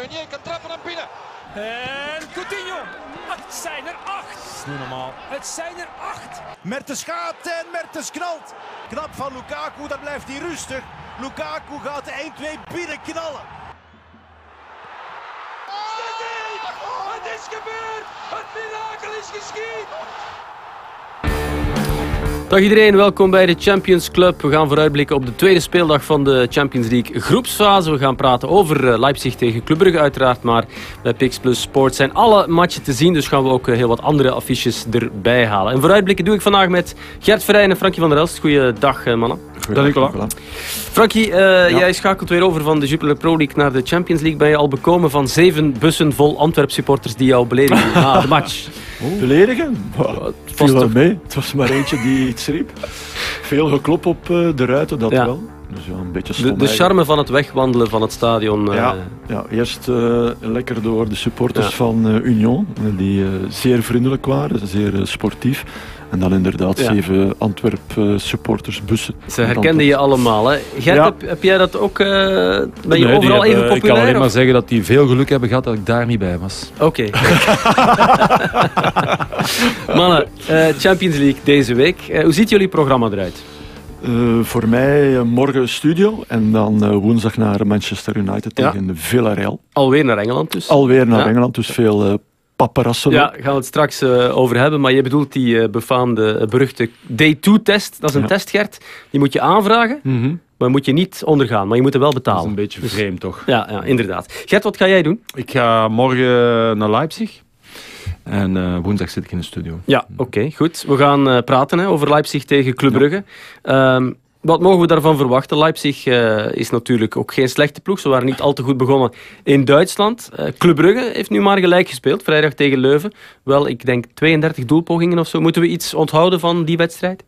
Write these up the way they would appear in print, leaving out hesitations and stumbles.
Meunier kan trappen en binnen. En Coutinho. Het zijn er 8. Dat is niet normaal. Het zijn er 8. Mertens gaat en Mertens knalt. Knap van Lukaku, dan blijft hij rustig. Lukaku gaat de 1-2 binnen knallen. Het is gebeurd! Het mirakel is geschied! Dag iedereen, welkom bij de Champions Club. We gaan vooruitblikken op de tweede speeldag van de Champions League groepsfase. We gaan praten over Leipzig tegen Club Brugge uiteraard, maar bij Pix Plus Sport zijn alle matchen te zien, dus gaan we ook heel wat andere affiches erbij halen. En vooruitblikken doe ik vandaag met Gert Verheyen en Frankie van der Elst. Goeiedag mannen. Dag Nicola. Frankie, jij schakelt weer over van de Jupiler Pro League naar de Champions League. Ben je al bekomen van 7 bussen vol Antwerp supporters die jou beledigen na de match? Beledigen? Het viel wel mee. Het was maar eentje die iets riep. Veel geklop op de ruiten, dat wel. Dus ja, een beetje de charme van het wegwandelen van het stadion. Eerst lekker door de supporters van Union, die zeer vriendelijk waren, zeer sportief. En dan inderdaad 7 Antwerp supportersbussen. Ze herkenden je allemaal, hè? Gert, heb jij dat ook? Ben je overal even populair? Ik kan alleen maar zeggen dat die veel geluk hebben gehad dat ik daar niet bij was. Oké. Mannen, Champions League deze week. Hoe ziet jullie programma eruit? Voor mij morgen studio en dan woensdag naar Manchester United tegen Villarreal. Alweer naar Engeland dus? Alweer naar Engeland, dus veel paparazzo. Ja, gaan we het straks over hebben. Maar je bedoelt die befaamde, beruchte Day-2-test. Dat is een test, Gert. Die moet je aanvragen, maar moet je niet ondergaan. Maar je moet er wel betalen. Dat is een beetje vreemd, toch? Ja, inderdaad. Gert, wat ga jij doen? Ik ga morgen naar Leipzig. En woensdag zit ik in de studio. Ja, oké, goed. We gaan praten over Leipzig tegen Club Brugge. Wat mogen we daarvan verwachten? Leipzig is natuurlijk ook geen slechte ploeg. Ze waren niet al te goed begonnen in Duitsland. Club Brugge heeft nu maar gelijk gespeeld, vrijdag tegen Leuven. Wel, ik denk 32 doelpogingen of zo. Moeten we iets onthouden van die wedstrijd?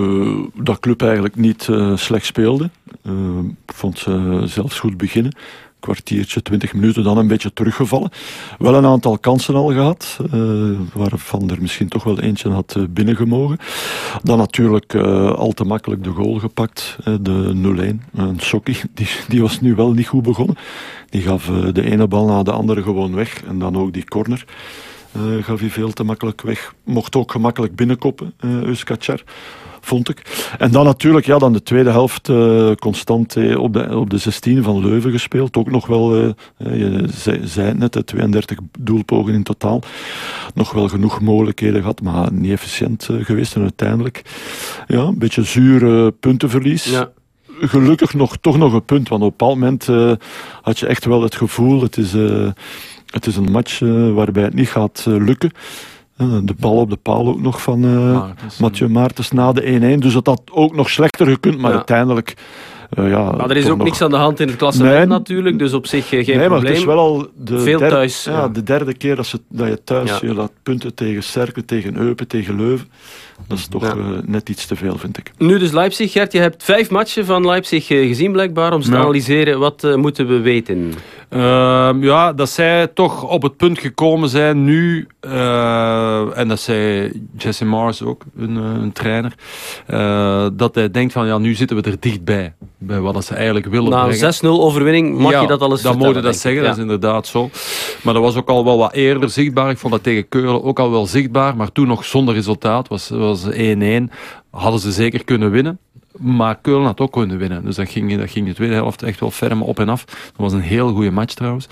Dat Club eigenlijk niet slecht speelde. Ik vond ze zelfs goed beginnen. Kwartiertje, 20 minuten, dan een beetje teruggevallen. Wel een aantal kansen al gehad, waarvan er misschien toch wel eentje had binnengemogen. Dan natuurlijk al te makkelijk de goal gepakt, de 0-1. Sokki, die was nu wel niet goed begonnen. Die gaf de ene bal na de andere gewoon weg. En dan ook die corner gaf hij veel te makkelijk weg. Mocht ook gemakkelijk binnenkoppen, Euskachar. Vond ik. En dan natuurlijk, dan de tweede helft constant op de 16 van Leuven gespeeld. Ook nog wel, je zei het net, 32 doelpogingen in totaal. Nog wel genoeg mogelijkheden gehad, maar niet efficiënt geweest. En uiteindelijk, een beetje zuur puntenverlies. Ja. Gelukkig toch nog een punt, want op een bepaald moment had je echt wel het gevoel, het is een match waarbij het niet gaat lukken. De bal op de paal ook nog van Mathieu Maartens na de 1-1. Dus dat had ook nog slechter gekund, maar uiteindelijk... maar er is ook niks aan de hand in het klassement natuurlijk, dus op zich geen probleem. Maar het is wel al de derde keer dat je thuis je laat punten tegen Cercle, tegen Eupen, tegen Leuven. Dat is toch net iets te veel, vind ik. Nu dus Leipzig, Gert, je hebt 5 matchen van Leipzig gezien blijkbaar. Om te analyseren, wat moeten we weten? Dat zij toch op het punt gekomen zijn nu, en dat zei Jesse Mars ook, een trainer, dat hij denkt van nu zitten we er dichtbij, bij wat ze eigenlijk willen brengen. Na 6-0 overwinning mag je dat alles vertellen. Dan moet je dat zeggen, dat is inderdaad zo. Maar dat was ook al wel wat eerder zichtbaar. Ik vond dat tegen Keulen ook al wel zichtbaar, maar toen nog zonder resultaat, was 1-1. Hadden ze zeker kunnen winnen. Maar Keulen had ook kunnen winnen. Dus dat ging de tweede helft echt wel ferm op en af. Dat was een heel goede match trouwens.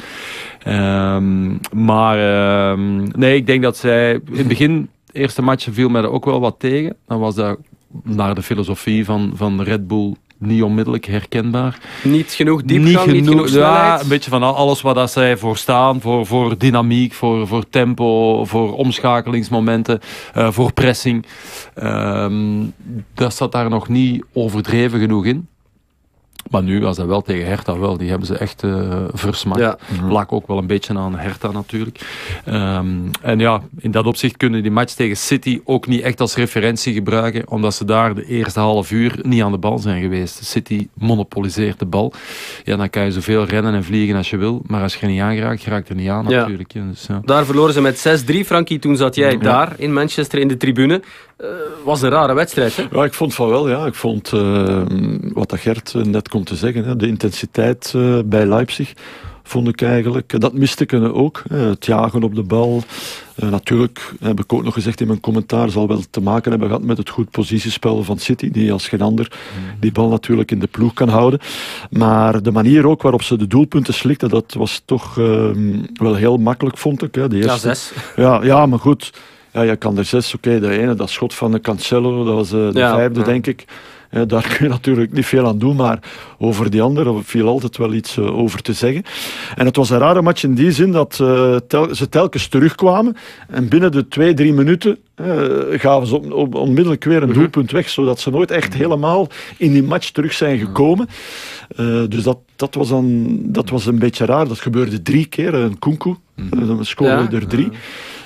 Ik denk dat zij... In het begin, de eerste match viel mij er ook wel wat tegen. Dan was dat naar de filosofie van Red Bull niet onmiddellijk herkenbaar. Niet genoeg diepgang, niet genoeg snelheid? Ja, een beetje van alles waar dat zij voor staan. Voor dynamiek, voor tempo, voor omschakelingsmomenten, voor pressing. Dat zat daar nog niet overdreven genoeg in. Maar nu was dat wel tegen Hertha wel. Die hebben ze echt versmaakt. Ja. Lag ook wel een beetje aan Hertha natuurlijk. In dat opzicht kunnen die match tegen City ook niet echt als referentie gebruiken, omdat ze daar de eerste half uur niet aan de bal zijn geweest. City monopoliseert de bal. Ja, dan kan je zoveel rennen en vliegen als je wil, maar als je er niet aangeraakt, geraakt er niet aan natuurlijk. Ja. Dus, Daar verloren ze met 6-3. Frankie, toen zat jij daar in Manchester in de tribune. Was een rare wedstrijd, hè? Ja, ik vond van wel, ja. Ik vond, wat dat Gert net komt te zeggen, de intensiteit bij Leipzig vond ik eigenlijk. Dat miste ik ook. Het jagen op de bal. Natuurlijk, heb ik ook nog gezegd in mijn commentaar, zal wel te maken hebben gehad met het goed positiespel van City, die als geen ander die bal natuurlijk in de ploeg kan houden. Maar de manier ook waarop ze de doelpunten slikten, dat was toch wel heel makkelijk, vond ik. De eerste, 6. Ja, maar goed. Ja, je kan er 6, oké, de ene, dat schot van de Cancelo, dat was de 5e, denk ik. Daar kun je natuurlijk niet veel aan doen, maar over die andere viel altijd wel iets over te zeggen. En het was een rare match in die zin dat ze telkens terugkwamen en binnen de 2-3 minuten gaven ze onmiddellijk weer een doelpunt weg, zodat ze nooit echt helemaal in die match terug zijn gekomen. Dus dat was een beetje raar. Dat gebeurde 3 keer. Een Nkunku, dan scoorde er 3.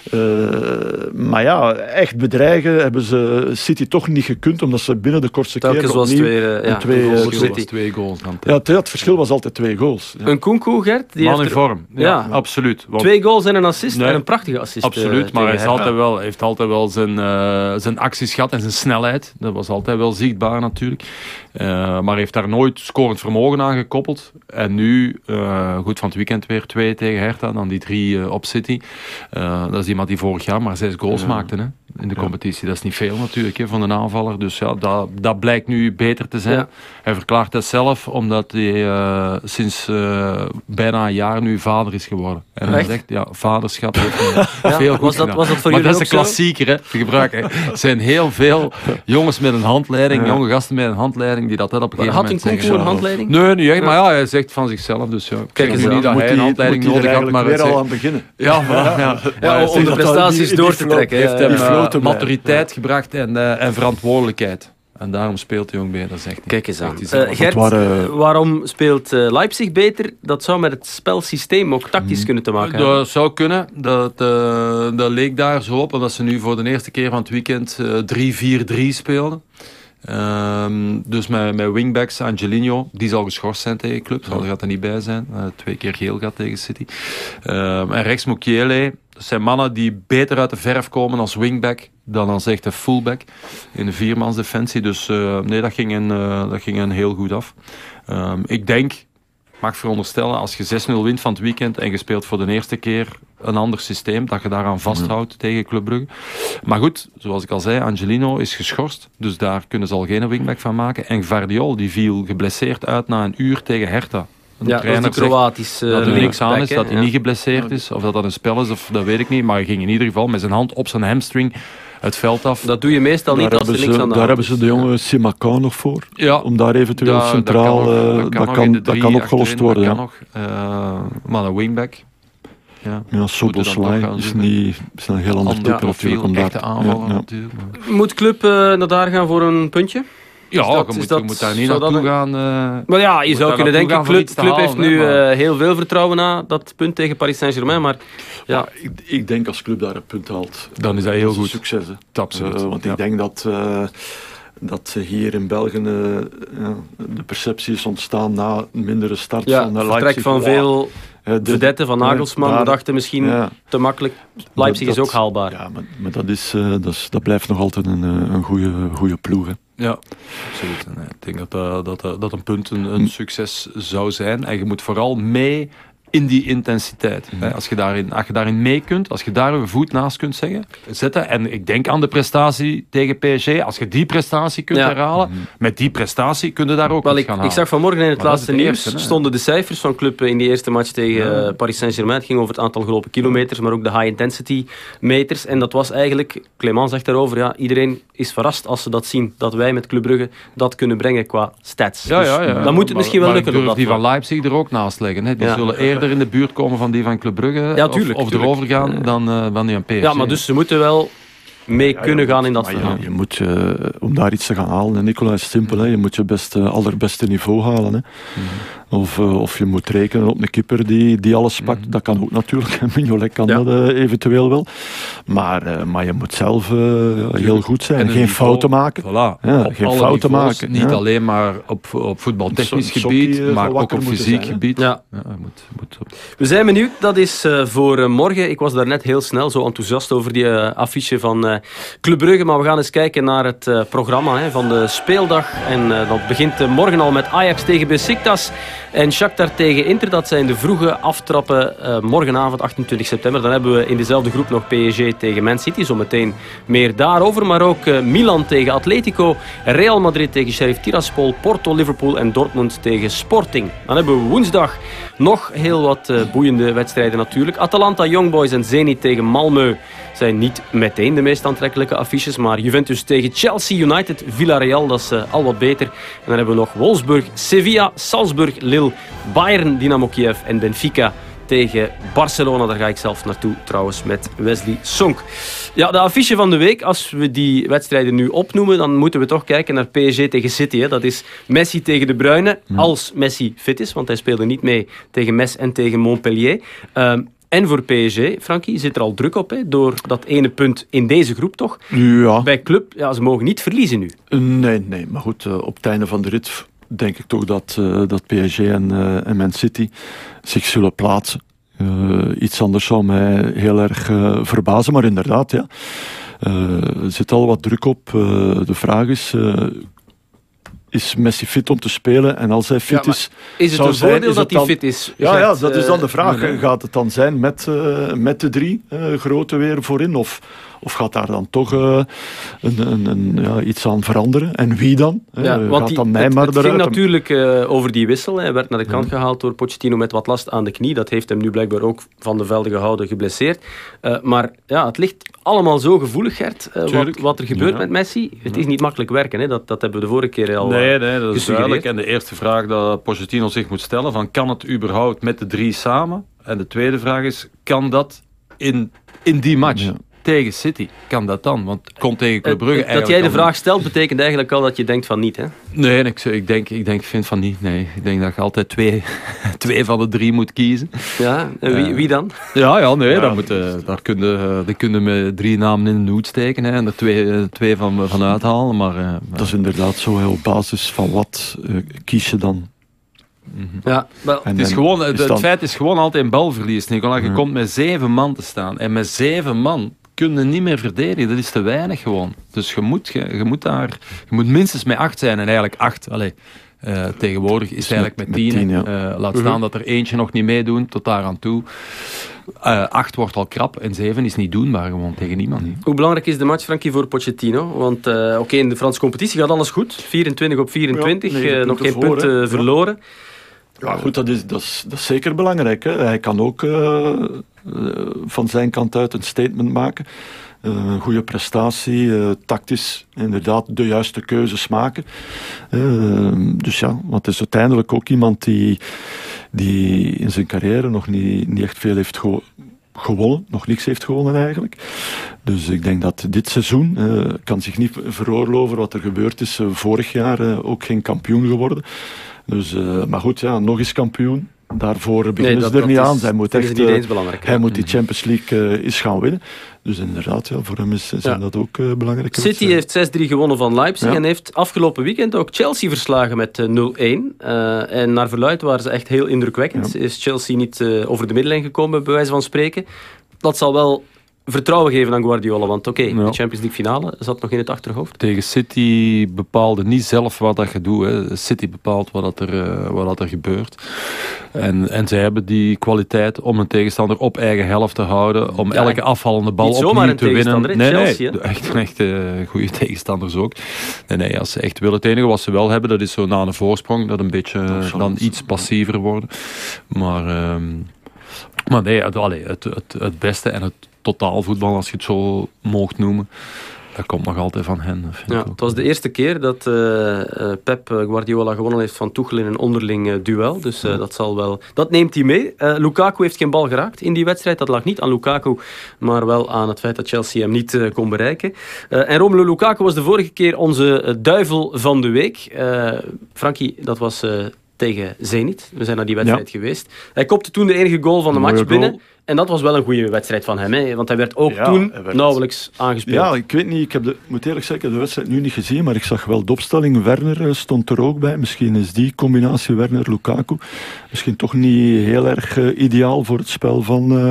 Maar ja, echt bedreigen hebben ze City toch niet gekund, omdat ze binnen de kortste keer opnieuw 2 goals. Het verschil was altijd 2 goals. Ja. Een Nkunku, Gert? Die man in vorm. Ja, absoluut. 2 goals en een assist en een prachtige assist. Absoluut, maar hij heeft altijd wel zijn acties gehad en zijn snelheid. Dat was altijd wel zichtbaar natuurlijk. Maar heeft daar nooit scorend vermogen aan gekoppeld. En nu, goed van het weekend weer 2 tegen Hertha, dan die 3 op City. Dat is iemand die vorig jaar maar 6 goals maakte in de competitie. Dat is niet veel natuurlijk van een aanvaller. Dus ja, dat blijkt nu beter te zijn. Ja. Hij verklaart dat zelf, omdat hij sinds bijna een jaar nu vader is geworden. En hij zegt, vaderschap heeft veel goed gedaan. Was dat voor maar jullie dat is een klassieker, hè, te gebruiken. Er zijn heel veel jongens met een handleiding, jonge gasten met een handleiding, die dat op een gegeven moment zeggen. Had een Nkunku een handleiding? Nee, niet echt, maar hij zegt van zichzelf. Dus kijk eens, niet dat hij een handleiding nodig had, maar weer al aan beginnen. Om de prestaties door te trekken. Heeft hem maturiteit gebracht en verantwoordelijkheid. En daarom speelt hij ook beter, zegt hij. Kijk eens aan. Gert, waarom speelt Leipzig beter? Dat zou met het spelsysteem ook tactisch kunnen te maken hebben. Dat zou kunnen. Dat leek daar zo op, omdat ze nu voor de eerste keer van het weekend 3-4-3 speelden. Dus met wingbacks, Angelino, die zal geschorst zijn tegen club, zal er niet bij zijn. 2 keer geel gehad tegen City. En rechts Mukiele. Dat zijn mannen die beter uit de verf komen als wingback dan als echte fullback in de 4-mansdefensie. Dus nee, dat ging een heel goed af. Ik denk, mag veronderstellen, als je 6-0 wint van het weekend en je speelt voor de eerste keer een ander systeem, dat je daaraan vasthoudt tegen Club Brugge. Maar goed, zoals ik al zei, Angelino is geschorst, dus daar kunnen ze al geen wingback van maken. En Gvardiol, die viel geblesseerd uit na een uur tegen Hertha. Dat is de Kroatische dat er niks aan is, dat hij niet geblesseerd is, of dat een spel is, of dat weet ik niet. Maar hij ging in ieder geval met zijn hand op zijn hamstring het veld af. Dat doe je meestal niet als er niks aan de hand is. Daar hebben ze de jonge Simakan nog voor. Ja. Om daar eventueel centraal... Dat kan opgelost worden. Dat kan nog. Maar een wingback... Ja, Soboslai is een heel ander type natuurlijk. Om daar natuurlijk. Moet Club naar daar gaan voor een puntje? Ja, je moet daar niet naartoe gaan. Maar ja, je zou kunnen denken, Club heeft nu heel veel vertrouwen na dat punt tegen Paris Saint-Germain. Maar ja. Ik denk als Club daar een punt haalt, dan is dat heel goed. Succes. Absoluut. Want ik denk dat hier in België de perceptie is ontstaan na een mindere start van Leipzig. Vertrek van veel vedetten, van Nagelsman. We dachten misschien te makkelijk. Leipzig is ook haalbaar. Ja, maar dat blijft nog altijd een goede ploeg. Hè. Ja, absoluut. Nee, ik denk dat een punt een succes zou zijn. En je moet vooral mee in die intensiteit. Als je daarin mee kunt, als je daar een voet naast kunt zetten. En ik denk aan de prestatie tegen PSG. Als je die prestatie kunt herhalen, met die prestatie kun je daar ook gaan halen. Ik zag vanmorgen in het laatste nieuws stonden de cijfers van Club in die eerste match tegen Paris Saint-Germain. Het ging over het aantal gelopen kilometers, maar ook de high-intensity meters. En dat was eigenlijk, Clément zegt daarover, iedereen is verrast als ze dat zien. Dat wij met Club Brugge dat kunnen brengen qua stats. Dan moet het misschien wel lukken. Maar die van Leipzig er ook naast leggen. Hè. Die zullen eerder in de buurt komen van die van Club Brugge of erover gaan dan die aan PSG. Ja, maar dus ze moeten wel mee kunnen gaan in dat verhaal. Je moet, om daar iets te gaan halen, Nicola, is simpel. Hè. Je moet je allerbeste niveau halen. Hè. Of je moet rekenen op een keeper die alles pakt. Dat kan ook natuurlijk. Mignolet kan dat eventueel wel. Maar je moet zelf heel goed zijn. En geen fouten maken. Voilà. Geen fouten maken. Niet alleen maar op voetbaltechnisch gebied, maar ook op fysiek gebied. Ja. We zijn benieuwd. Dat is voor morgen. Ik was daar net heel snel zo enthousiast over die affiche van Club Brugge. Maar we gaan eens kijken naar het programma van de speeldag. En dat begint morgen al met Ajax tegen Besiktas. En Shakhtar tegen Inter, dat zijn de vroege aftrappen morgenavond 28 september. Dan hebben we in dezelfde groep nog PSG tegen Man City. Zometeen meer daarover. Maar ook Milan tegen Atletico, Real Madrid tegen Sheriff Tiraspol, Porto, Liverpool en Dortmund tegen Sporting. Dan hebben we woensdag nog heel wat boeiende wedstrijden natuurlijk. Atalanta, Young Boys en Zenit tegen Malmö zijn niet meteen de meest aantrekkelijke affiches. Maar Juventus tegen Chelsea, United, Villarreal, dat is al wat beter. En dan hebben we nog Wolfsburg, Sevilla, Salzburg, Lille, Bayern, Dynamo Kiev en Benfica tegen Barcelona. Daar ga ik zelf naartoe trouwens met Wesley Sonk. Ja, de affiche van de week, als we die wedstrijden nu opnoemen, dan moeten we toch kijken naar PSG tegen City. Hè. Dat is Messi tegen De Bruyne, als Messi fit is, want hij speelde niet mee tegen Metz en tegen Montpellier. En voor PSG, Frankie, zit er al druk op, hè, door dat ene punt in deze groep, toch? Ja. Bij club, ja, ze mogen niet verliezen nu. Nee. Maar goed, op het einde van de rit denk ik toch dat PSG en Man City zich zullen plaatsen. Iets anders zou mij heel erg verbazen, maar inderdaad, ja. Er zit al wat druk op. De vraag is Messi fit om te spelen? En als hij fit is het een voordeel dat hij fit is? Ja, dat is dan de vraag. Gaat het dan zijn met de drie grote weer voorin? Of gaat daar dan toch iets aan veranderen? En wie dan? Ja, gaat dan Neymar het eruit? ging natuurlijk over die wissel. Hij werd naar de kant gehaald door Pochettino met wat last aan de knie. Dat heeft hem nu blijkbaar ook van de velden gehouden, geblesseerd. Maar ja, het ligt allemaal zo gevoelig, Gert, wat er gebeurt met Messi. Het is niet makkelijk werken, hè? Dat hebben we de vorige keer al Nee, dat is gesuggereerd. duidelijk. En de eerste vraag dat Pochettino zich moet stellen, van kan het überhaupt met de drie samen? En de tweede vraag is, kan dat in die match? Ja. Tegen City, kan dat dan? Want het komt tegen Club Brugge eigenlijk... Dat jij de al vraag stelt, betekent eigenlijk al dat je denkt van niet, hè? Nee, ik vind van niet. Nee, ik denk dat je altijd twee van de drie moet kiezen. Ja, en wie dan? Daar kunnen we 3 namen in de hoed steken, hè, en er twee van uithalen. Maar Dat is inderdaad zo. Hè, op basis van wat kies je dan? Ja, wel, het feit is gewoon altijd een balverlies, Nicola. Je komt met 7 man te staan. En met 7 man kun je niet meer verdedigen. Dat is te weinig gewoon. Dus je moet minstens met 8 zijn. En eigenlijk 8. Tegenwoordig is het eigenlijk met 10. Ja. Laat staan dat er eentje nog niet meedoen, tot daar aan toe. 8 wordt al krap en 7 is niet doenbaar gewoon tegen niemand. Hoe belangrijk is de match, Frankie, voor Pochettino? Want in de Franse competitie gaat alles goed. 24 op 24, Ja, nog geen voor, punten verloren. Ja, goed, dat is zeker belangrijk. Hè. Hij kan ook van zijn kant uit een statement maken. Een goede prestatie, tactisch inderdaad de juiste keuzes maken. Dus ja, want het is uiteindelijk ook iemand die in zijn carrière nog niet echt veel heeft gewonnen. Nog niks heeft gewonnen eigenlijk. Dus ik denk dat dit seizoen kan zich niet veroorloven wat er gebeurd is. Vorig jaar ook geen kampioen geworden. Dus, maar goed, ja, nog eens kampioen. Daarvoor beginnen ze er niet aan. Hij moet echt, hij moet die Champions League eens gaan winnen. Dus inderdaad, ja, voor hem zijn dat ook belangrijke City heeft 6-3 gewonnen van Leipzig en heeft afgelopen weekend ook Chelsea verslagen met 0-1. En naar verluidt waren ze echt heel indrukwekkend. Is Chelsea niet over de middenlijn gekomen, bij wijze van spreken. Dat zal wel vertrouwen geven aan Guardiola, want de Champions League finale zat nog in het achterhoofd. Tegen City bepaalde niet zelf wat dat je doet. Hè. City bepaalt wat er gebeurt. En zij hebben die kwaliteit om een tegenstander op eigen helft te houden, om elke afvallende bal opnieuw te winnen. Nee, echt goede tegenstanders ook. Nee, als ze echt willen. Het enige wat ze wel hebben, dat is zo na een voorsprong, dat een beetje dan iets passiever worden. Maar nee, het beste en het totaalvoetbal, als je het zo moogt noemen, dat komt nog altijd van hen. Het was de eerste keer dat Pep Guardiola gewonnen heeft van Tuchel in een onderling duel. Dus dat neemt hij mee. Lukaku heeft geen bal geraakt in die wedstrijd. Dat lag niet aan Lukaku, maar wel aan het feit dat Chelsea hem niet kon bereiken. En Romelu Lukaku was de vorige keer onze duivel van de week. Frankie, dat was tegen Zenit. We zijn naar die wedstrijd geweest. Hij kopte toen de enige goal van de match binnen. En dat was wel een goede wedstrijd van hem, hè? Want hij werd ook toen nauwelijks aangespeeld. Ja, ik weet niet, moet eerlijk zeggen, ik heb de wedstrijd nu niet gezien, maar ik zag wel de opstelling. Werner stond er ook bij. Misschien is die combinatie Werner-Lukaku misschien toch niet heel erg ideaal voor het spel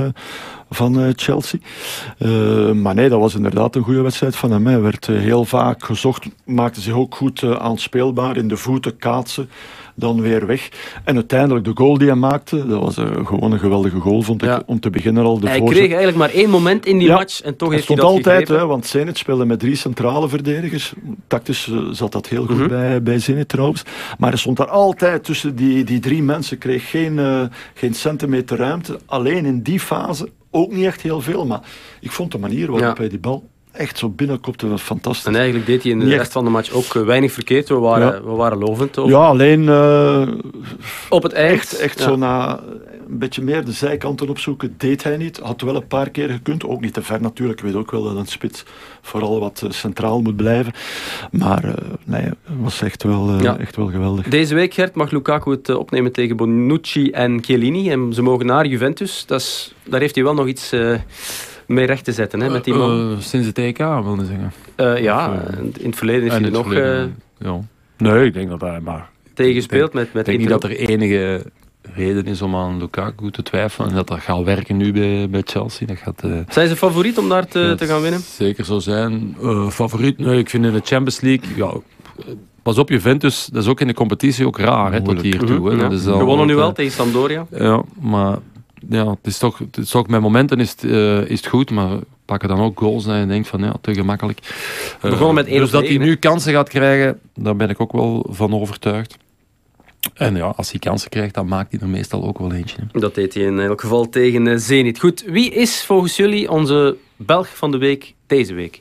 van Chelsea. Maar nee, dat was inderdaad een goede wedstrijd van hem. Hij werd heel vaak gezocht, maakte zich ook goed aanspeelbaar in de voeten, kaatsen. dan weer weg. En uiteindelijk de goal die hij maakte, dat was gewoon een geweldige goal, vond ik, om te beginnen al. Hij kreeg eigenlijk maar 1 moment in die match en toch heeft hij dat altijd, gegrepen. want Zenit speelde met 3 centrale verdedigers. Tactisch zat dat heel goed bij Zenit trouwens. Maar hij stond daar altijd tussen die 3 mensen, kreeg geen centimeter ruimte. Alleen in die fase ook niet echt heel veel, maar ik vond de manier waarop hij die bal echt zo binnenkopte was fantastisch. En eigenlijk deed hij in de rest van de match ook weinig verkeerd. We waren lovend over. Ja, alleen op het eind. Echt zo na een beetje meer de zijkanten opzoeken, deed hij niet. Had wel een paar keer gekund. Ook niet te ver natuurlijk. Ik weet ook wel dat een spits vooral wat centraal moet blijven. Maar nee, het was echt wel geweldig. Deze week, Gert, mag Lukaku het opnemen tegen Bonucci en Chiellini. En ze mogen naar Juventus. Daar heeft hij wel nog iets mee recht te zetten, hè, met die man. Sinds het EK, wilde zeggen. In het verleden heeft hij er nog ja. Nee, ik denk dat hij maar tegen gespeeld met ik denk niet dat er enige reden is om aan Lukaku te twijfelen en dat gaat werken nu bij Chelsea. Dat gaat, zijn ze favoriet om daar te gaan winnen? Zeker zo zijn. Favoriet? Nee, ik vind in de Champions League... Ja, pas op, Juventus, dat is ook in de competitie ook raar, hè, tot hiertoe. Ja. Dat is gewonnen nu wel tegen Sampdoria. Ja, maar ja, het is toch met momenten is het goed, maar pakken dan ook goals en je denkt van ja, te gemakkelijk. Begonnen met 1-1. Dus dat hij nu kansen gaat krijgen, daar ben ik ook wel van overtuigd. En ja, als hij kansen krijgt, dan maakt hij er meestal ook wel eentje. Dat deed hij in elk geval tegen Zenit. Goed, wie is volgens jullie onze Belg van de week deze week?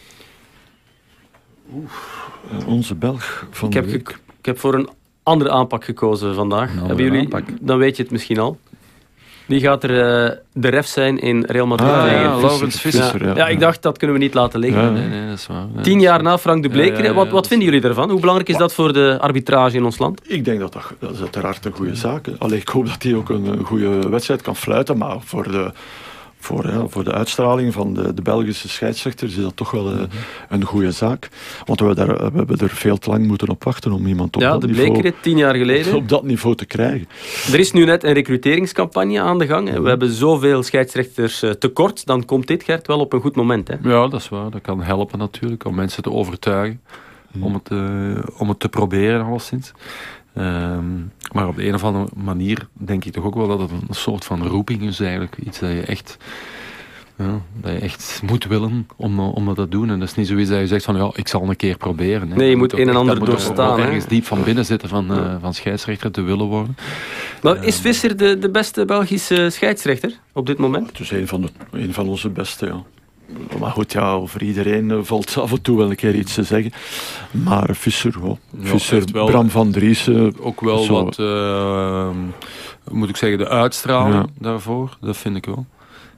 Onze Belg van de week. Ik heb voor een andere aanpak gekozen vandaag. Hebben jullie? Dan weet je het misschien al. Wie gaat er de ref zijn in Real Madrid tegen Laurens Visser. Ja, ik dacht, dat kunnen we niet laten liggen. Ja, nee, dat is waar. 10 jaar na Frank de Bleker. Wat vinden jullie daarvan? Hoe belangrijk is dat voor de arbitrage in ons land? Ik denk dat is uiteraard een goede zaak is. Allee, ik hoop dat hij ook een goede wedstrijd kan fluiten, maar voor de uitstraling van de Belgische scheidsrechters is dat toch wel een goede zaak. Want we hebben er veel te lang moeten op wachten om iemand op dat niveau... Ja, de Bleker, 10 jaar geleden. Op dat niveau te krijgen. Er is nu net een recruteringscampagne aan de gang. We hebben zoveel scheidsrechters tekort. Dan komt dit, Gert, wel op een goed moment. Hè? Ja, dat is waar. Dat kan helpen natuurlijk om mensen te overtuigen. Om het te proberen, alleszins. Maar op de een of andere manier denk ik toch ook wel dat het een soort van roeping is eigenlijk. Iets dat je echt moet willen om dat te doen. En dat is niet zoiets dat je zegt van ja, ik zal een keer proberen. Hè. Nee, je moet een en ander doorstaan. Moet ergens diep van binnen zitten van scheidsrechter te willen worden. Maar is Visser de beste Belgische scheidsrechter op dit moment? Het is een van onze beste, ja. Maar goed, ja, over iedereen valt af en toe wel een keer iets te zeggen. Maar Visser, Bram van Driessen... Ook wel wat, moet ik zeggen, de uitstraling daarvoor. Dat vind ik wel.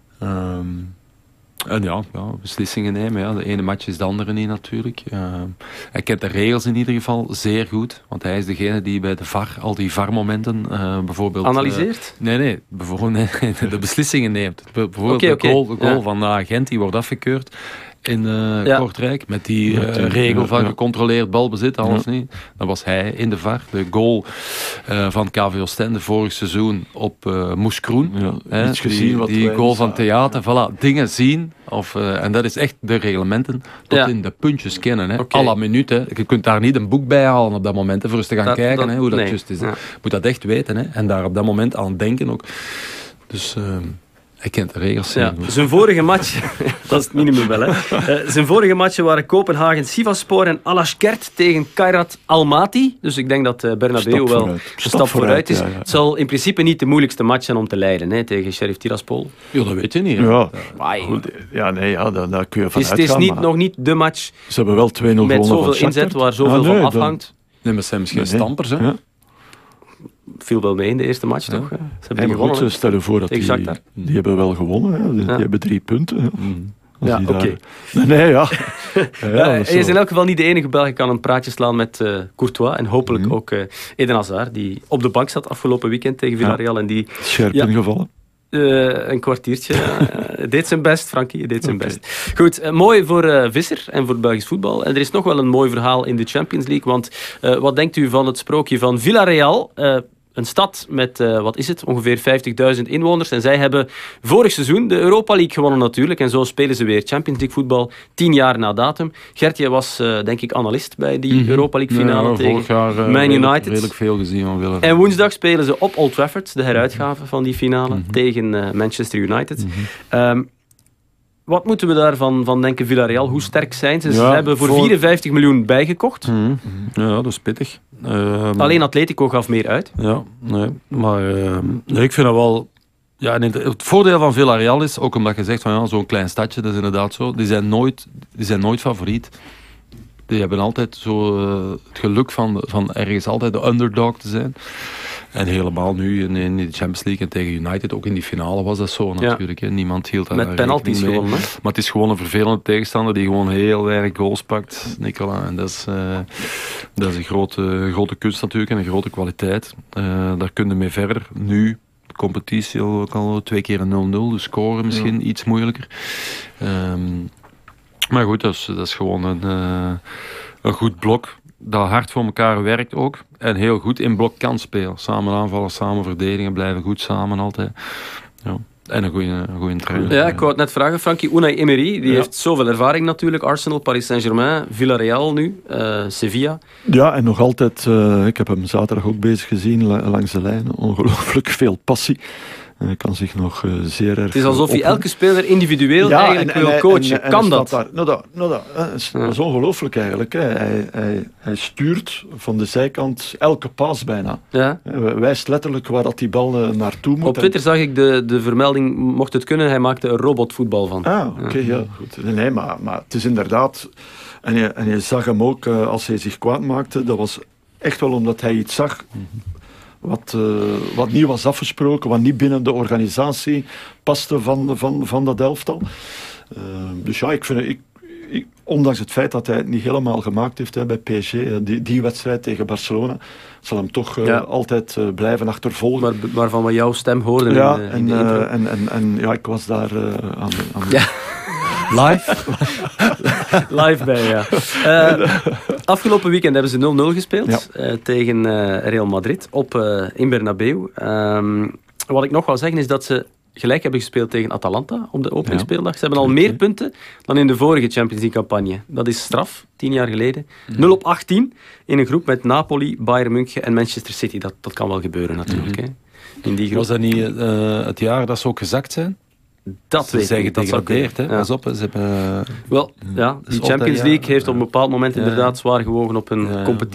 En ja, beslissingen nemen. Ja. De ene match is de andere niet natuurlijk. Hij kent de regels in ieder geval zeer goed. Want hij is degene die bij de VAR al die VAR-momenten bijvoorbeeld... Analyseert? Bijvoorbeeld de beslissingen neemt. Bijvoorbeeld de goal van de agent die wordt afgekeurd in Kortrijk. Met die regel van gecontroleerd balbezit, alles niet. Dan was hij in de VAR. De goal van KV Oostende vorig seizoen op Moeskroen. Ja, iets gezien die goal van Theater. Voilà, dingen zien. En dat is echt de reglementen tot in de puntjes kennen. Hè. Okay. À la minute. Je kunt daar niet een boek bij halen op dat moment. Voor eens te gaan kijken hoe dat juist is. Je moet dat echt weten. Hè. En daar op dat moment aan denken ook. Dus... hij kent de regels. Ja. Zijn vorige match, dat is het minimum wel, hè. Zijn vorige matchen waren Kopenhagen Sivasspor en Alashkert tegen Kairat Almaty. Dus ik denk dat Bernabeu wel een stap vooruit is. Ja. Het zal in principe niet de moeilijkste match zijn om te leiden, hè, tegen Sheriff Tiraspol. Ja, dat weet je niet. Hè? Ja, daar kun je van uitgaan. Het is nog niet de match. Ze hebben wel 2-0 gewonnen met zoveel inzet waar zoveel van afhangt. Nee, maar ze zijn misschien stampers, hè. Ja. Viel wel mee in de eerste match, toch? Ze hebben gewonnen. Goed, stel je voor dat die hebben wel gewonnen. Hè. Die hebben 3 punten. Ja, oké. Hij is in elk geval niet de enige Belg. Ik kan een praatje slaan met Courtois en hopelijk ook Eden Hazard, die op de bank zat afgelopen weekend tegen Villarreal. En die scherp ingevallen. Een kwartiertje. Deed zijn best, Frankie. Deed zijn best. Goed, mooi voor Visser en voor Belgisch voetbal. En er is nog wel een mooi verhaal in de Champions League. Want wat denkt u van het sprookje van Villarreal? een stad met, ongeveer 50.000 inwoners. En zij hebben vorig seizoen de Europa League gewonnen natuurlijk. En zo spelen ze weer Champions League voetbal 10 jaar na datum. Gert, jij was denk ik analist bij die Europa League finale tegen vorig jaar, Man United. Redelijk veel gezien van Willem. En woensdag spelen ze op Old Trafford, de heruitgave van die finale, tegen Manchester United. Wat moeten we daarvan van denken, Villarreal? Hoe sterk zijn ze? Ze hebben voor 54 miljoen bijgekocht. Ja, dat is pittig. Alleen Atletico gaf meer uit. Ja, nee, maar ik vind dat wel... Ja, en het voordeel van Villarreal is, ook omdat je zegt van zo'n klein stadje, dat is inderdaad zo, die zijn nooit favoriet. Die hebben altijd zo het geluk van ergens altijd de underdog te zijn. En helemaal nu in de Champions League en tegen United, ook in die finale was dat zo natuurlijk. Ja. Niemand hield daar met penalties gewonnen. Maar het is gewoon een vervelende tegenstander die gewoon heel weinig goals pakt, Nicola. En dat is een grote kunst natuurlijk en een grote kwaliteit. Daar kun je mee verder. Nu, de competitie ook al 2 keer een 0-0, dus scoren misschien iets moeilijker. Maar goed, dat is gewoon een goed blok. Dat hard voor elkaar werkt ook. En heel goed in blok kan spelen. Samen aanvallen, samen verdedigen, blijven goed samen altijd. Ja. En een goede trainer. Ja, ik wou het net vragen, Frankie. Unai Emery, die heeft zoveel ervaring natuurlijk. Arsenal, Paris Saint-Germain, Villarreal nu, Sevilla. Ja, en nog altijd, ik heb hem zaterdag ook bezig gezien, langs de lijn. Ongelooflijk veel passie. Hij kan zich nog zeer erg... Het is alsof hij elke speler individueel eigenlijk wil coachen. Kan dat? Dat is ongelooflijk eigenlijk. Hè. Hij stuurt van de zijkant elke pas bijna. Ja. Hij wijst letterlijk waar dat die bal naartoe moet. Op Twitter zag ik de vermelding, mocht het kunnen, hij maakte er robotvoetbal van. Oké, ja, goed. Nee, maar het is inderdaad... En je zag hem ook, als hij zich kwaad maakte, dat was echt wel omdat hij iets zag... Wat niet was afgesproken, wat niet binnen de organisatie paste van dat elftal. Dus ja, ik vind ondanks het feit dat hij het niet helemaal gemaakt heeft bij PSG, die wedstrijd tegen Barcelona, zal hem toch altijd blijven achtervolgen. Maar waarvan we jouw stem hoorden in de intro. En ik was daar aan Live bij, ja. Afgelopen weekend hebben ze 0-0 gespeeld tegen Real Madrid in Bernabeu. Wat ik nog wil zeggen is dat ze gelijk hebben gespeeld tegen Atalanta op de openingsspeeldag. Ze hebben al meer punten dan in de vorige Champions League-campagne. Dat is straf, 10 jaar geleden. 0-18 in een groep met Napoli, Bayern München en Manchester City. Dat kan wel gebeuren natuurlijk. Hè. In die groep. Was dat niet het jaar dat ze ook gezakt zijn? Dat weet ik. Dat gedegradeerd, hè? Pas op, ze hebben... Wel, die Champions League heeft op een bepaald moment inderdaad zwaar gewogen op hun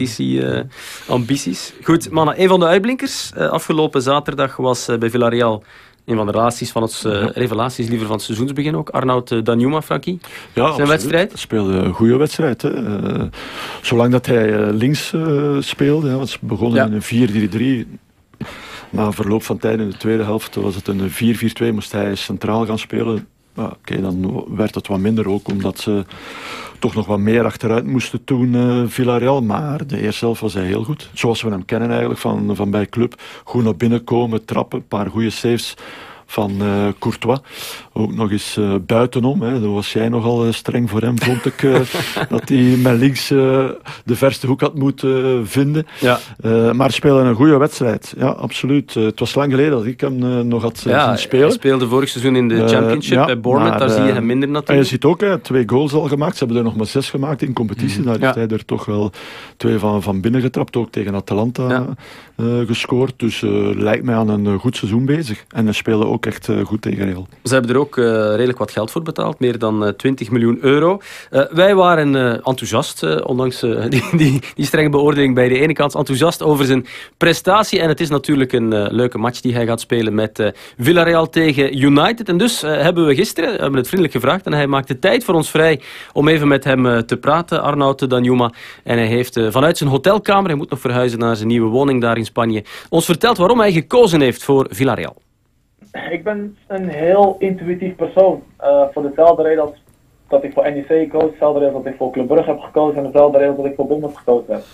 competitieambities. Goed, mannen, een van de uitblinkers afgelopen zaterdag was bij Villarreal een van de revelaties liever van het seizoensbegin ook. Arnaud Danjuma, Frankie. Ja, zijn wedstrijd. Hij speelde een goede wedstrijd. Hè. Zolang dat hij links speelde, want ze begonnen in een 4-3-3. Na verloop van tijd in de tweede helft was het een 4-4-2, moest hij centraal gaan spelen. Dan werd het wat minder ook, omdat ze toch nog wat meer achteruit moesten doen, Villarreal. Maar de eerste helft was hij heel goed. Zoals we hem kennen eigenlijk van bij club. Goed naar binnen komen, trappen, een paar goede saves van Courtois. Ook nog eens buitenom. Hè. Dat was jij nogal streng voor hem, vond ik. Dat hij met links de verste hoek had moeten vinden. Ja. Maar speelde een goede wedstrijd. Ja, absoluut. Het was lang geleden dat ik hem nog had zien spelen. Hij speelde vorig seizoen in de Championship bij Bournemouth. Daar zie je hem minder natuurlijk. En je ziet ook, 2 goals al gemaakt. Ze hebben er nog maar 6 gemaakt in competitie. Daar heeft hij er toch wel 2 van binnen getrapt. Ook tegen Atalanta gescoord. Dus lijkt mij aan een goed seizoen bezig. En hij speelde ook echt goed tegen Real. Ze hebben er ook redelijk wat geld voor betaald. Meer dan 20 miljoen euro. Wij waren enthousiast, ondanks die strenge beoordeling bij de ene kant, enthousiast over zijn prestatie. En het is natuurlijk een leuke match die hij gaat spelen met Villarreal tegen United. En dus hebben we gisteren het vriendelijk gevraagd en hij maakte tijd voor ons vrij om even met hem te praten, Arnaud Danjuma. En hij heeft vanuit zijn hotelkamer, hij moet nog verhuizen naar zijn nieuwe woning daar in Spanje, ons verteld waarom hij gekozen heeft voor Villarreal. Ik ben een heel intuïtief persoon. Voor dezelfde reden als dat ik voor NEC koos, dezelfde reden als dat ik voor Club Brugge heb gekozen en dezelfde reden als dat ik voor Bournemouth gekozen heb.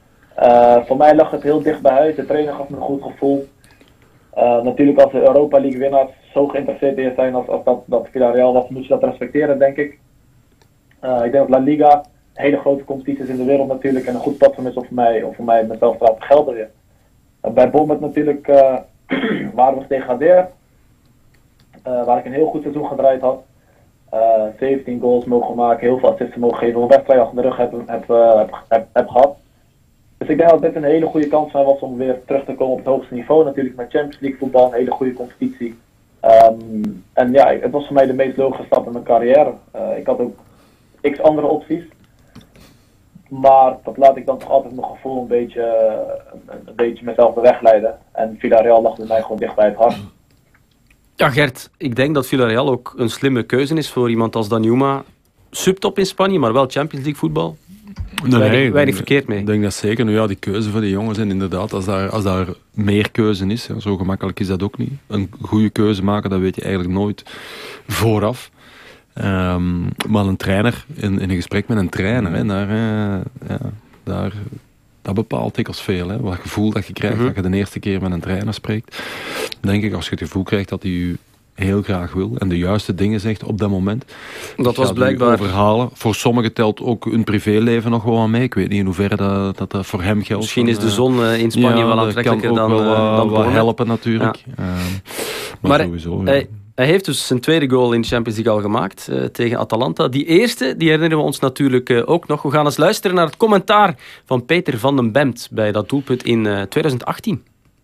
Voor mij lag het heel dicht bij huis. De trainer gaf me een goed gevoel. Natuurlijk als de Europa League winnaars zo geïnteresseerd in zijn als dat Villarreal was, moet je dat respecteren, denk ik. Ik denk dat La Liga een hele grote competitie is in de wereld natuurlijk en een goed platform is om voor mij mezelf te laten gelden weer. Bij Bournemouth natuurlijk waren we gedegradeerd. Waar ik een heel goed seizoen gedraaid had. 17 goals mogen maken, heel veel assists mogen geven, een wedstrijd achter de rug heb gehad. Dus ik denk dat dit een hele goede kans van was om weer terug te komen op het hoogste niveau. Natuurlijk met Champions League voetbal, een hele goede competitie. En ja, het was voor mij de meest logische stap in mijn carrière. Ik had ook x andere opties. Maar dat laat ik dan toch altijd mijn gevoel een beetje mezelf de weg leiden. En Villarreal lag bij mij gewoon dicht bij het hart. Ja, Gert, ik denk dat Villarreal ook een slimme keuze is voor iemand als Danjuma. Subtop in Spanje, maar wel Champions League voetbal. Weinig verkeerd mee. Ik denk dat zeker. Nu ja, die keuze voor die jongens en inderdaad, als daar meer keuze is, ja, zo gemakkelijk is dat ook niet. Een goede keuze maken, dat weet je eigenlijk nooit vooraf. Maar een trainer, in een gesprek met een trainer, hè, dat bepaalt dikwijls veel. Hè. Wat gevoel dat je krijgt, dat je de eerste keer met een trainer spreekt. Denk ik, als je het gevoel krijgt dat hij je heel graag wil en de juiste dingen zegt op dat moment. Dat was blijkbaar overhalen. Voor sommigen telt ook hun privéleven nog wel aan mee. Ik weet niet in hoeverre dat voor hem geldt. Misschien is de zon in Spanje wel aantrekkelijker dan wel helpen natuurlijk. Ja. Maar sowieso. Hij heeft dus zijn tweede goal in de Champions League al gemaakt tegen Atalanta. Die eerste, die herinneren we ons natuurlijk ook nog. We gaan eens luisteren naar het commentaar van Peter van den Bemt bij dat doelpunt in 2018.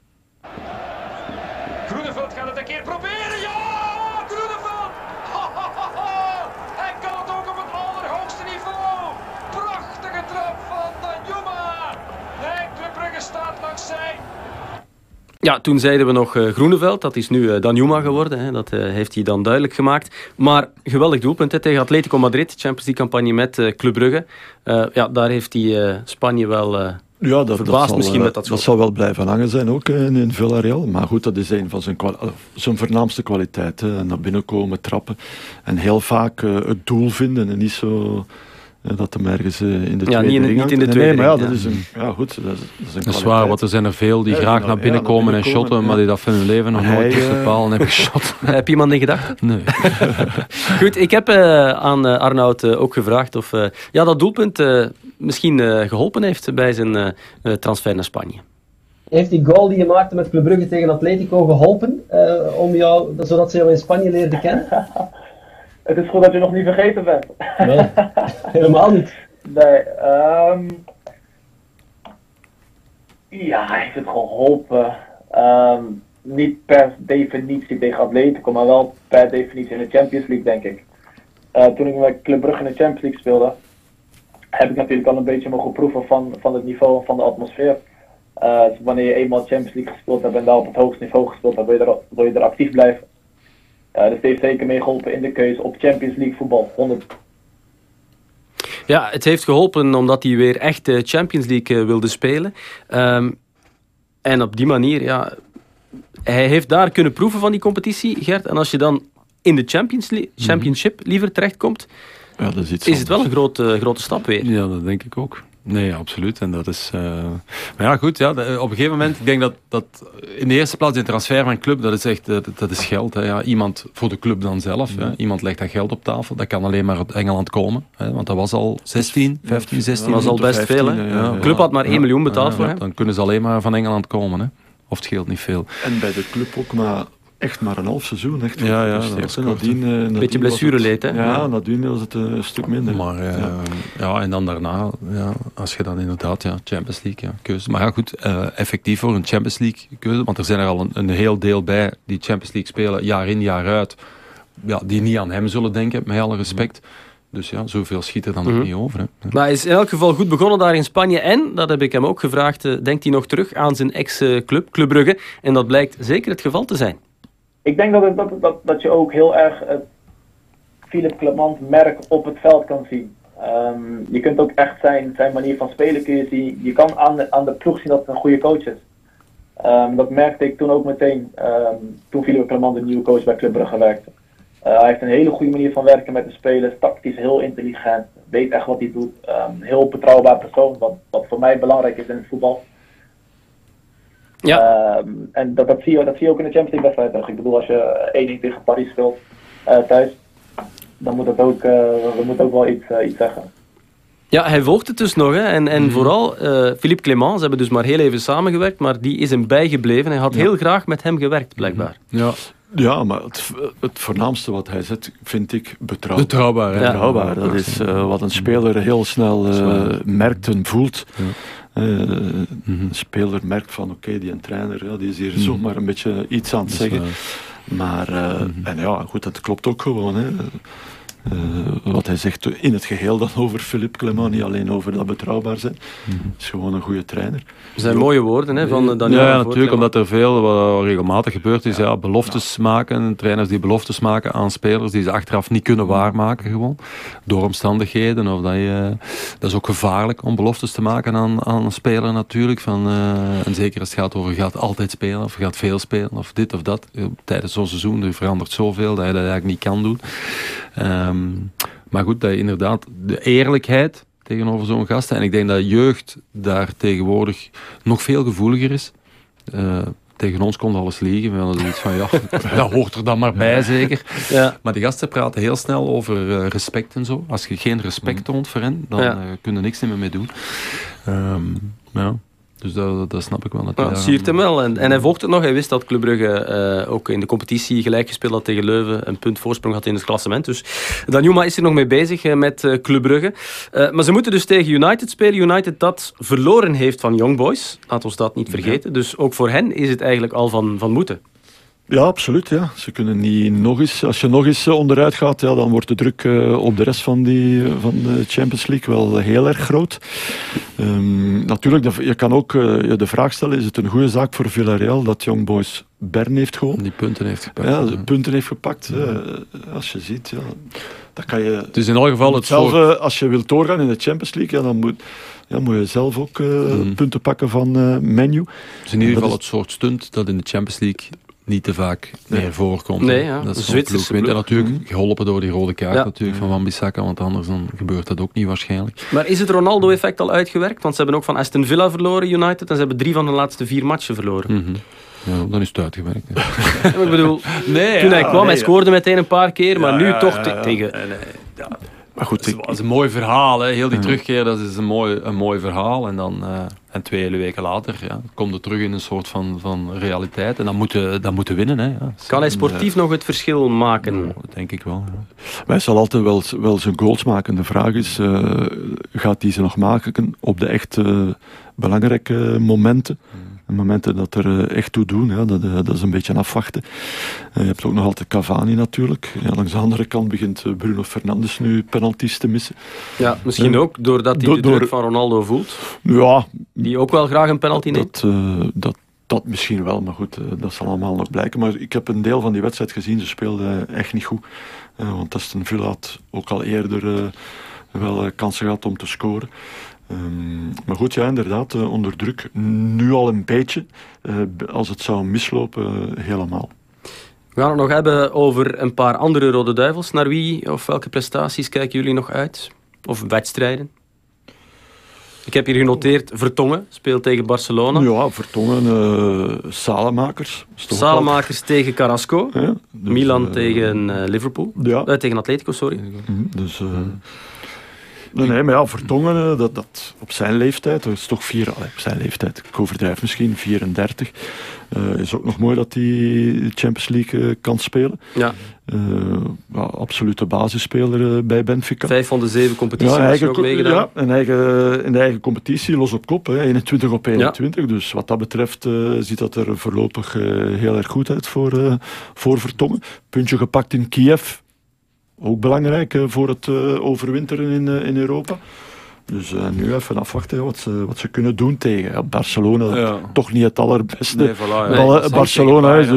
Groeneveld gaat het een keer proberen. Ja, Groeneveld! Hij kan het ook op het allerhoogste niveau. Prachtige trap van Danjuma. Nee, Club Brugge staat langs zij. Ja, toen zeiden we nog Groeneveld. Dat is nu Danjuma geworden. Hè. Dat heeft hij dan duidelijk gemaakt. Maar geweldig doelpunt hè, tegen Atletico Madrid. Champions League campagne met Club Brugge. Daar heeft hij Spanje wel verbaasd misschien met dat soort. Dat zal wel blijven hangen zijn ook in Villarreal. Maar goed, dat is een van zijn voornaamste kwaliteiten. Naar binnen komen, trappen. En heel vaak het doel vinden en niet zo... dat hem ergens in de tweede ring niet in de tweede ring. Maar ja, dat is een, ja goed, dat is een dat is waar, want er zijn er veel die graag naar binnen komen en shotten, maar die dat van hun leven nog nooit tussen de palen hebben geschot. Heb je iemand in gedachten? Nee. Goed, ik heb aan Arnoud ook gevraagd of dat doelpunt misschien geholpen heeft bij zijn transfer naar Spanje. Heeft die goal die je maakte met Club Brugge tegen Atletico geholpen om jou, zodat ze jou in Spanje leerden kennen? Het is goed dat je nog niet vergeten bent. Nee, helemaal niet. Nee, ja, heeft het geholpen. Niet per definitie tegen Atletico, maar wel per definitie in de Champions League, denk ik. Toen ik met Club Brugge in de Champions League speelde, heb ik natuurlijk al een beetje mogen proeven van het niveau en van de atmosfeer. Dus wanneer je eenmaal Champions League gespeeld hebt en daar op het hoogste niveau gespeeld hebt, wil je er actief blijven. Dus het heeft zeker meegeholpen in de keuze op Champions League voetbal. 100. Ja, het heeft geholpen omdat hij weer echt Champions League wilde spelen. En op die manier, ja, hij heeft daar kunnen proeven van die competitie, Gert. En als je dan in de Championship liever terechtkomt, ja, dat is het wel een grote stap weer. Ja, dat denk ik ook. Nee, absoluut. En dat is... Maar ja, goed. Ja, op een gegeven moment, ik denk dat in de eerste plaats een transfer van een club, dat is echt dat is geld. Hè. Ja, iemand voor de club dan zelf. Hè. Iemand legt dat geld op tafel. Dat kan alleen maar uit Engeland komen. Hè, want dat was al 15, 16. Dat was al best 15, veel. Hè. De club had maar 1 miljoen betaald voor hem. Dan kunnen ze alleen maar van Engeland komen. Hè. Of het scheelt niet veel. En bij de club ook maar... Echt maar een half seizoen. Echt dat is een beetje blessureleed, hè? Ja, nadien was het een stuk minder. Maar en dan daarna, als je dan inderdaad, Champions League, keuze. Maar ja, goed, effectief voor een Champions League keuze, want er zijn er al een heel deel bij die Champions League spelen, jaar in, jaar uit, die niet aan hem zullen denken, met alle respect. Dus ja, zoveel schiet er dan ook niet over. Hè. Maar hij is in elk geval goed begonnen daar in Spanje. En, dat heb ik hem ook gevraagd, denkt hij nog terug aan zijn ex-club, Club Brugge. En dat blijkt zeker het geval te zijn. Ik denk dat je ook heel erg het Philippe Clement merk op het veld kan zien. Je kunt ook echt zijn manier van spelen kun je zien. Je kan aan de ploeg zien dat het een goede coach is. Dat merkte ik toen ook meteen, toen Philippe Clement de nieuwe coach bij Club Brugge werkte. Hij heeft een hele goede manier van werken met de spelers, tactisch heel intelligent, weet echt wat hij doet. Heel betrouwbaar persoon, wat voor mij belangrijk is in het voetbal. Ja. En dat zie je ook in de Champions League wedstrijd terug. Ik bedoel, als je 1-1 tegen Paris speelt thuis, dan moet het ook, we moeten ook wel iets zeggen. Ja, hij volgt het dus nog. Hè. En vooral Philippe Clement, ze hebben dus maar heel even samengewerkt, maar die is hem bijgebleven. Hij had heel graag met hem gewerkt, blijkbaar. Ja, maar het voornaamste wat hij zet, vind ik betrouwbaar. Betrouwbaar. Dat is wat een speler heel snel merkt en voelt. Ja. Een speler merkt van oké, die een trainer, die is hier zomaar een beetje iets aan het zeggen. Maar, en ja, goed, dat klopt ook gewoon. Hè. Wat hij zegt in het geheel dan over Philippe Clement, niet alleen over dat betrouwbaar zijn. Is gewoon een goede trainer. Dat zijn mooie woorden, hè, van Daniel. Ja, natuurlijk, omdat er veel wat regelmatig gebeurd is. Ja, beloftes maken, trainers die beloftes maken aan spelers die ze achteraf niet kunnen waarmaken gewoon. Door omstandigheden. Of dat is ook gevaarlijk om beloftes te maken aan een speler natuurlijk. En zeker als het gaat over gaat altijd spelen of gaat veel spelen of dit of dat. Tijdens zo'n seizoen er verandert zoveel dat je dat eigenlijk niet kan doen. Maar goed, dat je inderdaad de eerlijkheid tegenover zo'n gasten. En ik denk dat jeugd daar tegenwoordig nog veel gevoeliger is. Tegen ons kon alles liegen. We hadden zoiets van, dat hoort er dan maar bij zeker. Ja. Maar die gasten praten heel snel over respect en zo. Als je geen respect toont voor hen, dan kun je niks meer mee doen. Dus dat snap ik wel. Dat siert hem wel. En hij volgt het nog. Hij wist dat Club Brugge ook in de competitie gelijk gespeeld had tegen Leuven. Een punt voorsprong had in het klassement. Dus Danjuma is er nog mee bezig met Club Brugge. Maar ze moeten dus tegen United spelen. United dat verloren heeft van Young Boys. Laat ons dat niet vergeten. Ja. Dus ook voor hen is het eigenlijk al van moeten. Ja, absoluut. Ja. Ze kunnen niet nog eens... Als je nog eens onderuit gaat, dan wordt de druk op de rest van de Champions League wel heel erg groot. Natuurlijk, je kan ook de vraag stellen, is het een goede zaak voor Villarreal dat Young Boys Bern heeft gewonnen? Die punten heeft gepakt. Ja, de punten heeft gepakt. Als je ziet, dat kan je... Het is in elk geval hetzelfde. Als je wilt doorgaan in de Champions League, dan moet je zelf ook punten pakken van Man U. Het is in ieder geval het soort stunt dat in de Champions League niet te vaak meer voorkomt. Nee, ja. Dat is een Zwitserse ploeg. En natuurlijk geholpen door die rode kaart natuurlijk van Wan-Bissaka, want anders dan gebeurt dat ook niet waarschijnlijk. Maar is het Ronaldo-effect al uitgewerkt? Want ze hebben ook van Aston Villa verloren, United, en ze hebben 3 van de laatste 4 matchen verloren. Ja, dan is het uitgewerkt. Ik bedoel, toen hij kwam, hij scoorde meteen een paar keer, maar nu toch tegen... Maar goed, het is een mooi verhaal. Hè. Heel die terugkeer, dat is een mooi verhaal. En dan 2 hele weken later komt het terug in een soort van realiteit. En dan moeten winnen. Hè. Ja. Kan hij sportief nog het verschil maken? Dat denk ik wel. Ja. Maar hij zal altijd wel zijn goals maken. De vraag is, gaat hij ze nog maken op de echt belangrijke momenten? Momenten dat er echt toe doen, dat is een beetje afwachten. Je hebt ook nog altijd Cavani natuurlijk. Ja, langs de andere kant begint Bruno Fernandes nu penalties te missen. Ja, misschien ook doordat hij de druk van Ronaldo voelt. Ja. Die ook wel graag een penalty neemt. Dat misschien wel, maar goed, dat zal allemaal nog blijken. Maar ik heb een deel van die wedstrijd gezien, ze speelden echt niet goed. Want Aston Villa had ook al eerder wel kansen gehad om te scoren. Maar goed, ja, inderdaad, onder druk. Nu al een beetje. Als het zou mislopen, helemaal. We gaan het nog hebben over een paar andere Rode Duivels. Naar wie of welke prestaties kijken jullie nog uit? Of wedstrijden? Ik heb hier genoteerd, Vertongen speelt tegen Barcelona. Ja, Vertongen, Salemakers. Salemakers tegen Carrasco. Ja, dus, Milan tegen Liverpool. Ja. Tegen Atletico, sorry. Dus... Nee, maar ja, Vertongen, dat op zijn leeftijd, dat is toch op zijn leeftijd, ik overdrijf misschien, 34. Is ook nog mooi dat hij de Champions League kan spelen. Ja. Absolute basisspeler bij Benfica. 5 van de 7 competities heeft ook meegedaan. Ja, in de eigen competitie, los op kop, 21 op 21. Ja. Dus wat dat betreft ziet dat er voorlopig heel erg goed uit voor Vertongen. Puntje gepakt in Kiev. Ook belangrijk voor het overwinteren in Europa. Dus nu even afwachten wat ze kunnen doen tegen Barcelona. Ja. Toch niet het allerbeste Barcelona is.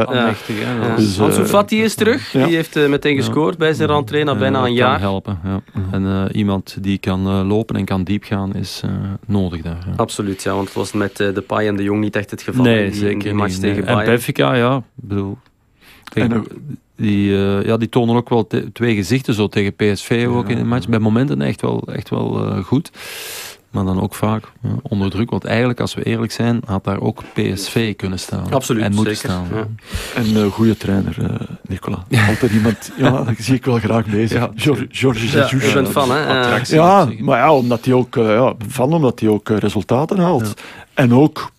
Dus, Ansu Fati is terug. Die heeft meteen gescoord bij zijn rentree na bijna een jaar. Kan helpen. Ja. En iemand die kan lopen en kan diep gaan is nodig daar. Ja. Absoluut, want het was met Depay en de Jong niet echt het geval. Nee, zeker die match tegen Bayern. En Benfica, bedoel... Die tonen ook wel 2 gezichten zo tegen PSV ook in de match. Bij momenten echt wel goed. maar dan ook vaak onder druk. Want eigenlijk, als we eerlijk zijn, had daar ook PSV kunnen staan. Absoluut, en moeten zeker. staan. Ja. En een goede trainer, Nicola. Altijd iemand, dat zie ik wel graag bezig. Ja. Georges Ja, Jesus. je bent fan, hè? Attractie. Ja, maar ja, omdat hij ook, omdat hij ook resultaten haalt. Ja. En ook,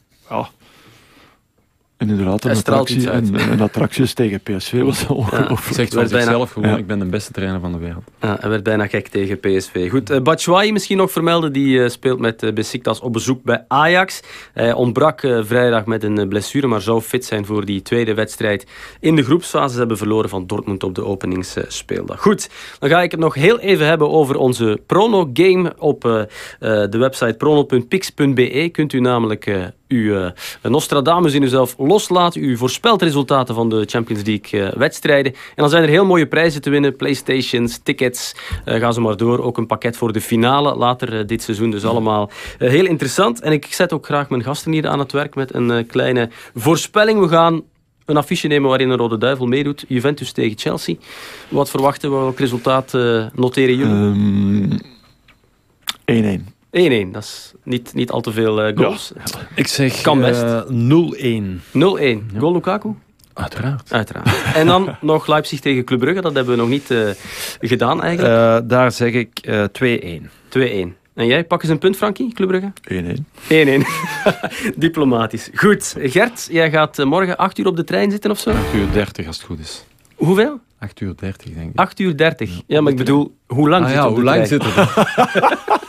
en inderdaad, Hij straalt iets uit. een attracties tegen PSV was ongelooflijk. Zegt werd van bijna- zichzelf gewoon, Ja. ik ben de beste trainer van de wereld. Ja, hij werd bijna gek tegen PSV. Goed, Batshuayi misschien nog vermelden. Die speelt met Besiktas op bezoek bij Ajax. Hij ontbrak vrijdag met een blessure, maar zou fit zijn voor die tweede wedstrijd in de groepsfase. Ze hebben verloren van Dortmund op de openingsspeeldag. Goed, dan ga ik het nog heel even hebben over onze prono-game. Op de website prono.pix.be kunt u namelijk uw Nostradamus in uzelf loslaten. U voorspelt resultaten van de Champions League wedstrijden. En dan zijn er heel mooie prijzen te winnen. Playstations, tickets, ga zo maar door. Ook een pakket voor de finale later dit seizoen. Dus allemaal heel interessant. En ik zet ook graag mijn gasten hier aan het werk met een kleine voorspelling. We gaan een affiche nemen waarin een Rode Duivel meedoet. Juventus tegen Chelsea. Wat verwachten we? Welk resultaat noteren jullie? 1-1. 1-1, dat is niet al te veel goals. Ik zeg Kan best. 0-1. 0-1. Goal Lukaku? Uiteraard. Uiteraard. En dan nog Leipzig tegen Club Brugge. Dat hebben we nog niet gedaan eigenlijk. Daar zeg ik 2-1. 2-1. En jij, pak eens een punt, Frankie, Club Brugge? 1-1. 1-1. Diplomatisch. Goed. Gert, jij gaat morgen 8 uur op de trein zitten of zo? 8:30 als het goed is. Hoeveel? 8:30 denk ik. 8:30. Ja, maar ik bedoel, hoe lang zit je op de hoe lang trein? zit het?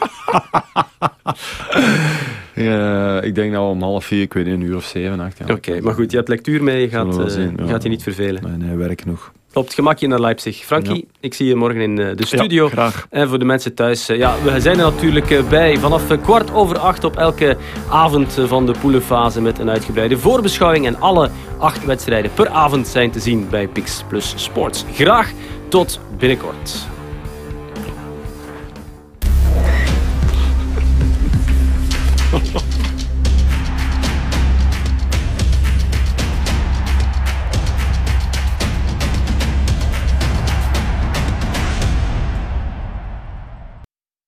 Ik denk dat we om 3:30, ik weet niet, 1 uur of 7, 8. Ja. Oké, maar goed, je hebt lectuur mee. Je Zullen we wel gaat, zien, ja. gaat je niet vervelen. Nee, werk genoeg. Op het gemakje naar Leipzig. Frankie, ik zie je morgen in de studio. Ja, graag. En voor de mensen thuis, we zijn er natuurlijk bij vanaf 7:15 op elke avond van de poelenfase met een uitgebreide voorbeschouwing. En alle 8 wedstrijden per avond zijn te zien bij Pix Plus Sports. Graag tot binnenkort.